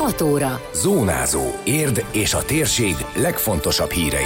6 óra. Zónázó. Érd és a térség legfontosabb hírei.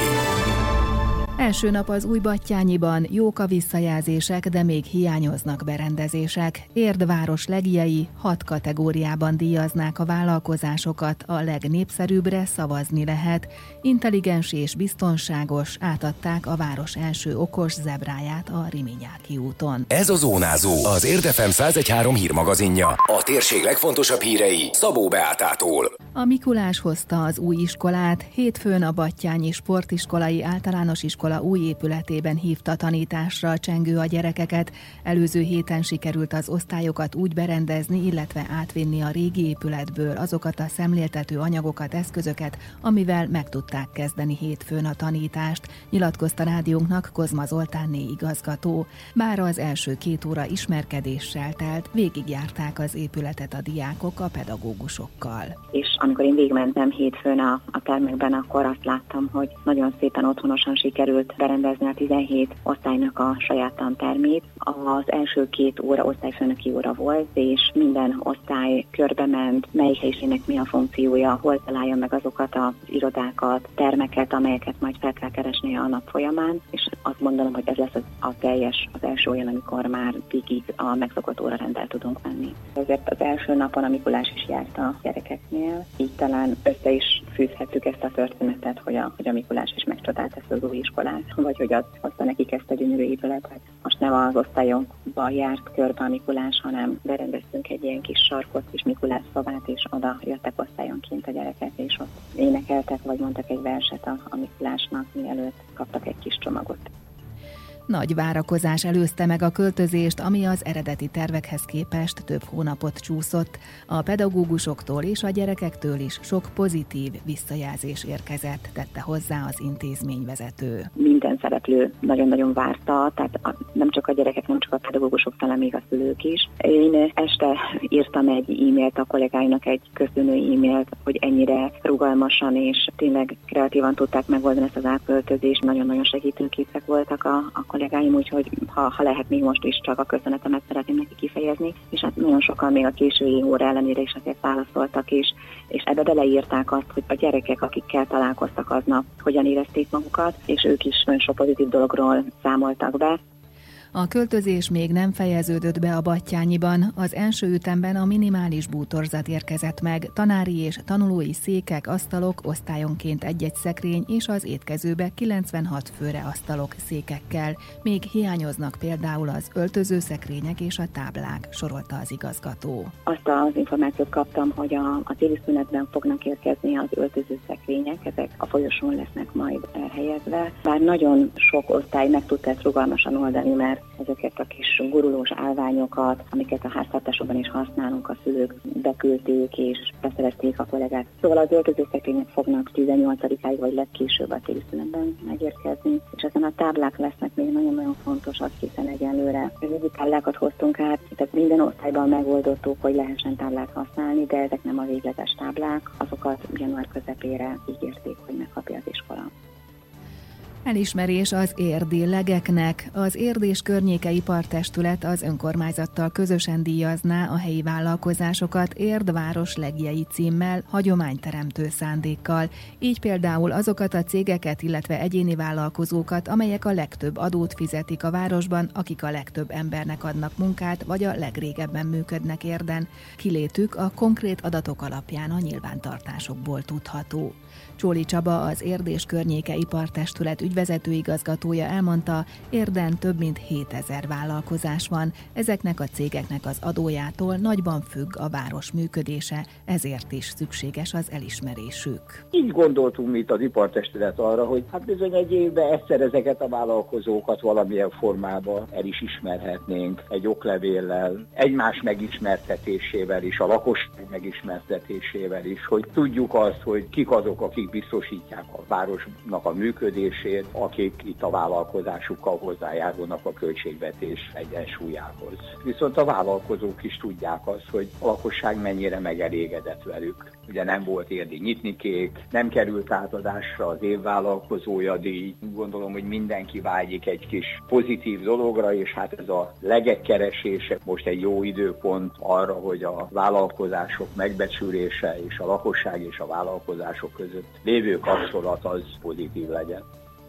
Első nap az Újbattyányiban, jók a visszajelzések, de még hiányoznak berendezések. Érd város legjei 6 kategóriában díjaznák a vállalkozásokat, a legnépszerűbbre szavazni lehet. Intelligens és biztonságos, átadták a város első okos zebráját a Riminyáki úton. Ez a Zónázó, az Érd FM 101.3 hírmagazinja. A térség legfontosabb hírei Szabó Beátától. A Mikulás hozta az új iskolát, hétfőn a Battyányi Sportiskolai Általános Iskola új épületében hívta tanításra csengő a gyerekeket. Előző héten sikerült az osztályokat úgy berendezni, illetve átvinni a régi épületből azokat a szemléltető anyagokat, eszközöket, amivel meg tudták kezdeni hétfőn a tanítást, nyilatkozta rádiónknak Kozma Zoltánné igazgató. Bár az első 2 óra ismerkedéssel telt, végigjárták az épületet a diákok a pedagógusokkal. És amikor én végigmentem hétfőn a termekben, akkor azt láttam, hogy nagyon szépen otthonosan sikerült berendezni a 17 osztálynak a saját tantermét. Az első 2 óra osztályfőnöki óra volt, és minden osztály körbe ment, melyik helyiségnek mi a funkciója, hol találja meg azokat az irodákat, termeket, amelyeket majd fel kell keresnie a nap folyamán, és azt gondolom, hogy ez lesz az első olyan, amikor már végig a megszokott órarendel tudunk menni. Ezért az első napon a Mikulás is járt a gyerekeknél, így talán össze is fűzhettük ezt a történetet, hogy a Mikulás is megcsodált ezt az új iskolát, vagy hogy hozta nekik ezt a gyönyörű épületet. Most nem az osztályokba járt körbe a Mikulás, hanem berendeztünk egy ilyen kis sarkot, kis Mikulás szobát, és oda jöttek osztályonként a gyerekek, és ott énekeltek, vagy mondtak egy verset a Mikulásnak, mielőtt kaptak egy kis csomagot. Nagy várakozás előzte meg a költözést, ami az eredeti tervekhez képest több hónapot csúszott. A pedagógusoktól és a gyerekektől is sok pozitív visszajelzés érkezett, tette hozzá az intézményvezető. Minden szereplő nagyon-nagyon várta, tehát nem csak a gyerekek, nem csak a pedagógusok, talán még a szülők is. Én este írtam egy e-mailt a kollégáinak, egy köszönő e-mailt, hogy ennyire rugalmasan és tényleg kreatívan tudták megoldani ezt az átköltözést. Nagyon-nagyon segítőképek voltak a kollégáim, úgyhogy ha lehet, még most is csak a köszönetemet szeretném neki kifejezni, és hát nagyon sokan még a késői óra ellenére is azért válaszoltak is, és ebbe beleírták azt, hogy a gyerekek, akikkel találkoztak aznap, hogyan érezték magukat, és ők is nagyon sok pozitív dologról számoltak be. A költözés még nem fejeződött be a Battyányiban. Az első ütemben a minimális bútorzat érkezett meg, tanári és tanulói székek, asztalok, osztályonként egy-egy szekrény és az étkezőbe 96 főre asztalok székekkel. Még hiányoznak például az öltözőszekrények és a táblák, sorolta az igazgató. Azt az információt kaptam, hogy a téli szünetben fognak érkezni az öltözőszekrények, ezek a folyosón lesznek majd elhelyezve. Bár nagyon sok osztály meg tudta ezt rugalmasan oldani, mert ezeket a kis gurulós állványokat, amiket a háztartásokban is használunk, a szülők beküldték és beszerezték a kollégák. Szóval az öltözőszekrények fognak 18-áig vagy legkésőbb a téli szünetben megérkezni, és ezen a táblák lesznek még nagyon-nagyon fontosak, hiszen egyelőre régi táblákat hoztunk át, tehát minden osztályban megoldottuk, hogy lehessen táblát használni, de ezek nem a végletes táblák, azokat január közepére ígérték, hogy megkapja az iskola. Elismerés az érdi legeknek. Az Érd és környéke ipartestület az önkormányzattal közösen díjazná a helyi vállalkozásokat Érd város legjei címmel, hagyományteremtő szándékkal. Így például azokat a cégeket, illetve egyéni vállalkozókat, amelyek a legtöbb adót fizetik a városban, akik a legtöbb embernek adnak munkát, vagy a legrégebben működnek Érden. Kilétük a konkrét adatok alapján a nyilvántartásokból tudható. Csóli Csaba, az Érd és környéke ipartestület ügyvezető igazgatója elmondta, Érden több mint 7000 vállalkozás van, ezeknek a cégeknek az adójától nagyban függ a város működése, ezért is szükséges az elismerésük. Így gondoltunk mi itt az ipartestület arra, hogy hát bizony egy évben egyszer ezeket a vállalkozókat valamilyen formában el is ismerhetnénk, egy oklevéllel, egymás megismertetésével is, a lakosság megismertetésével is, hogy tudjuk azt, hogy kik azok, akik biztosítják a városnak a működését, részét, akik itt a vállalkozásukkal hozzájárulnak a költségvetés egyensúlyához. Viszont a vállalkozók is tudják azt, hogy a lakosság mennyire megelégedett velük. Ugye nem volt érdi nyitnikék, nem került átadásra az év vállalkozója díj. Gondolom, hogy mindenki vágyik egy kis pozitív dologra, és hát ez a legek keresése most egy jó időpont arra, hogy a vállalkozások megbecsülése és a lakosság és a vállalkozások között lévő kapcsolat az pozitív legyen.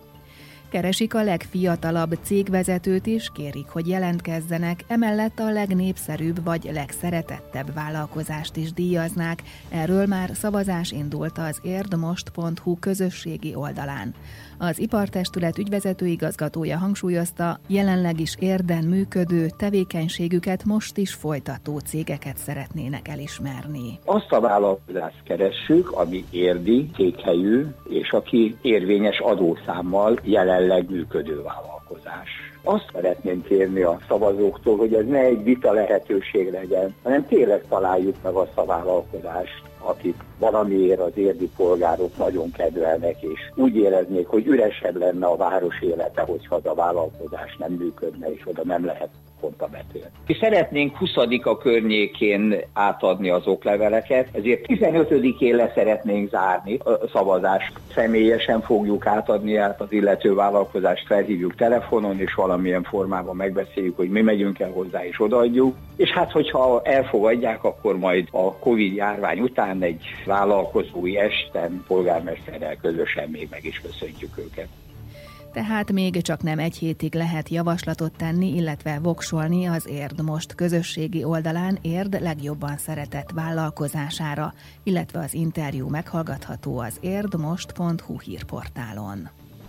Keresik a legfiatalabb cégvezetőt is, kérik, hogy jelentkezzenek, emellett a legnépszerűbb vagy legszeretettebb vállalkozást is díjaznák. Erről már szavazás indult az érdmost.hu közösségi oldalán. Az ipartestület ügyvezető igazgatója hangsúlyozta, jelenleg is Érden működő, tevékenységüket most is folytató cégeket szeretnének elismerni. Azt a vállalkozást keressük, ami érdi, székhelyű, és aki érvényes adószámmal jelenleg működő vállalkozás. Azt szeretném kérni a szavazóktól, hogy ez ne egy vita lehetőség legyen, hanem tényleg találjuk meg azt a vállalkozást, akit valamiért az érdi polgárok nagyon kedvelnek, és úgy éreznék, hogy üresebb lenne a város élete, hogyha az a vállalkozás nem működne, és oda nem lehet kontabetélni. És szeretnénk 20-a környékén átadni az okleveleket, ezért 15-én le szeretnénk zárni a szavazást. Személyesen fogjuk átadni át az illető vállalkozást, felhívjuk telefonon, és valamilyen formában megbeszéljük, hogy mi megyünk el hozzá, és odaadjuk. És hát, hogyha elfogadják, akkor majd a Covid járvány után egy vállalkozói esten polgármesterrel közösen még meg is köszöntjük őket. Tehát még csak nem egy hétig lehet javaslatot tenni, illetve voksolni az Érd Most közösségi oldalán Érd legjobban szeretett vállalkozására, illetve az interjú meghallgatható az érdmost.hu hírportálon.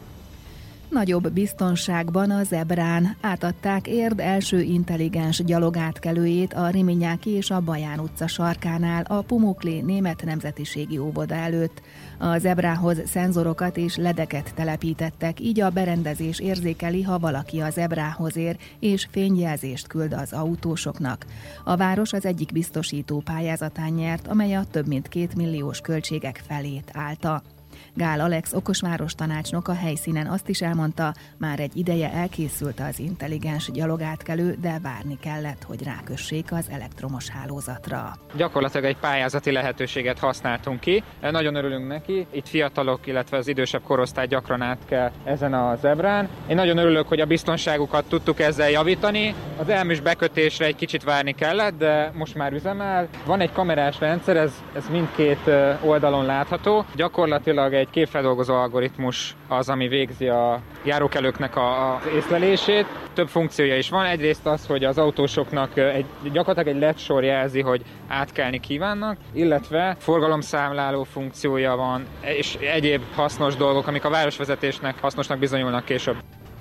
Nagyobb biztonságban a Zebrán átadták Érd első intelligens gyalogátkelőjét a Riminyáki és a Baján utca sarkánál a Pumukli német nemzetiségi óvoda előtt. A Zebrához szenzorokat és ledeket telepítettek, így a berendezés érzékeli, ha valaki a Zebrához ér, és fényjelzést küld az autósoknak. A város az egyik biztosító pályázatán nyert, amely a több mint 2 milliós költségek felét állta. Gál Alex okosváros tanácsnok a helyszínen azt is elmondta, már egy ideje elkészült az intelligens gyalogátkelő, de várni kellett, hogy rákössék az elektromos hálózatra. Gyakorlatilag egy pályázati lehetőséget használtunk ki, nagyon örülünk neki, itt fiatalok, illetve az idősebb korosztály gyakran átkel ezen a Zebrán. Én nagyon örülök, hogy a biztonságukat tudtuk ezzel javítani, az elműs bekötésre egy kicsit várni kellett, de most már üzemel. Van egy kamerás rendszer, ez mindkét oldalon látható, gyakorlatilag egy képfeldolgozó algoritmus az, ami végzi a járókelőknek az észlelését. Több funkciója is van. Egyrészt az, hogy az autósoknak gyakorlatilag egy LED sor jelzi, hogy átkelni kívánnak, illetve forgalomszámláló funkciója van, és egyéb hasznos dolgok, amik a városvezetésnek hasznosnak bizonyulnak később.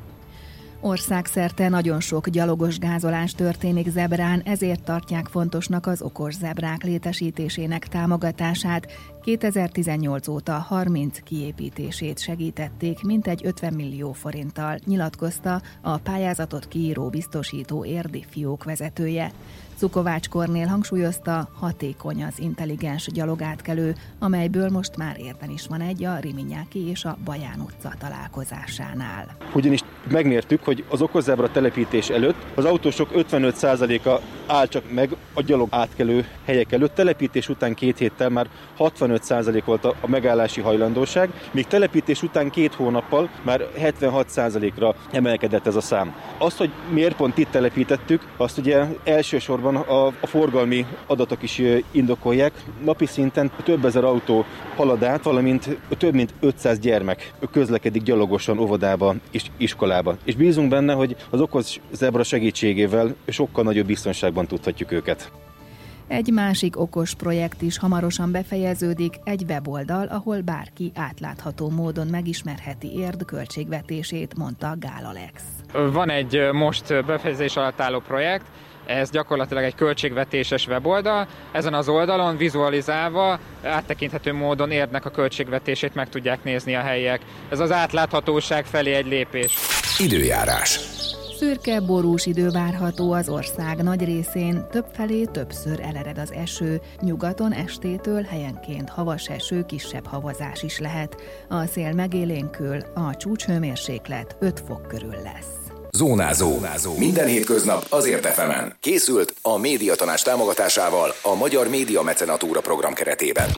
Országszerte nagyon sok gyalogos gázolás történik Zebrán, ezért tartják fontosnak az okos zebrák létesítésének támogatását. 2018 óta 30 kiépítését segítették mintegy 50 millió forinttal, nyilatkozta a pályázatot kiíró biztosító érdi fiók vezetője. Szukovács Kornél hangsúlyozta, hatékony az intelligens gyalogátkelő, amelyből most már Érden is van egy a Riminyáki és a Baján utca találkozásánál. Ugyanis megmértük, hogy az okoszebra telepítés előtt az autósok 55%-a áll csak meg a gyalogátkelő helyek előtt, telepítés után 2 héttel már 65% volt a megállási hajlandóság, míg telepítés után 2 hónappal már 76%-ra emelkedett ez a szám. Azt, hogy miért pont itt telepítettük, azt ugye elsősorban a forgalmi adatok is indokolják. Napi szinten több ezer autó halad át, valamint több mint 500 gyermek közlekedik gyalogosan óvodába és iskolába. És bízunk benne, hogy az okos zebra segítségével sokkal nagyobb biztonságban tudhatjuk őket. Egy másik okos projekt is hamarosan befejeződik, egy weboldal, ahol bárki átlátható módon megismerheti Érd költségvetését, mondta Gál Alex. Van egy most befejezés alatt álló projekt, ez gyakorlatilag egy költségvetéses weboldal. Ezen az oldalon vizualizálva, áttekinthető módon Érdnek a költségvetését meg tudják nézni a helyiek. Ez az átláthatóság felé egy lépés. Időjárás. Szürke, borús idő várható az ország nagy részén, többfelé többször elered az eső, nyugaton estétől helyenként havas eső, kisebb havazás is lehet. A szél megélénkül, a csúcshőmérséklet 5 fok körül lesz. Zónázó. Minden hétköznap az Ért FM-en. Készült a Médiatanács támogatásával a Magyar Média Mecenatúra program keretében.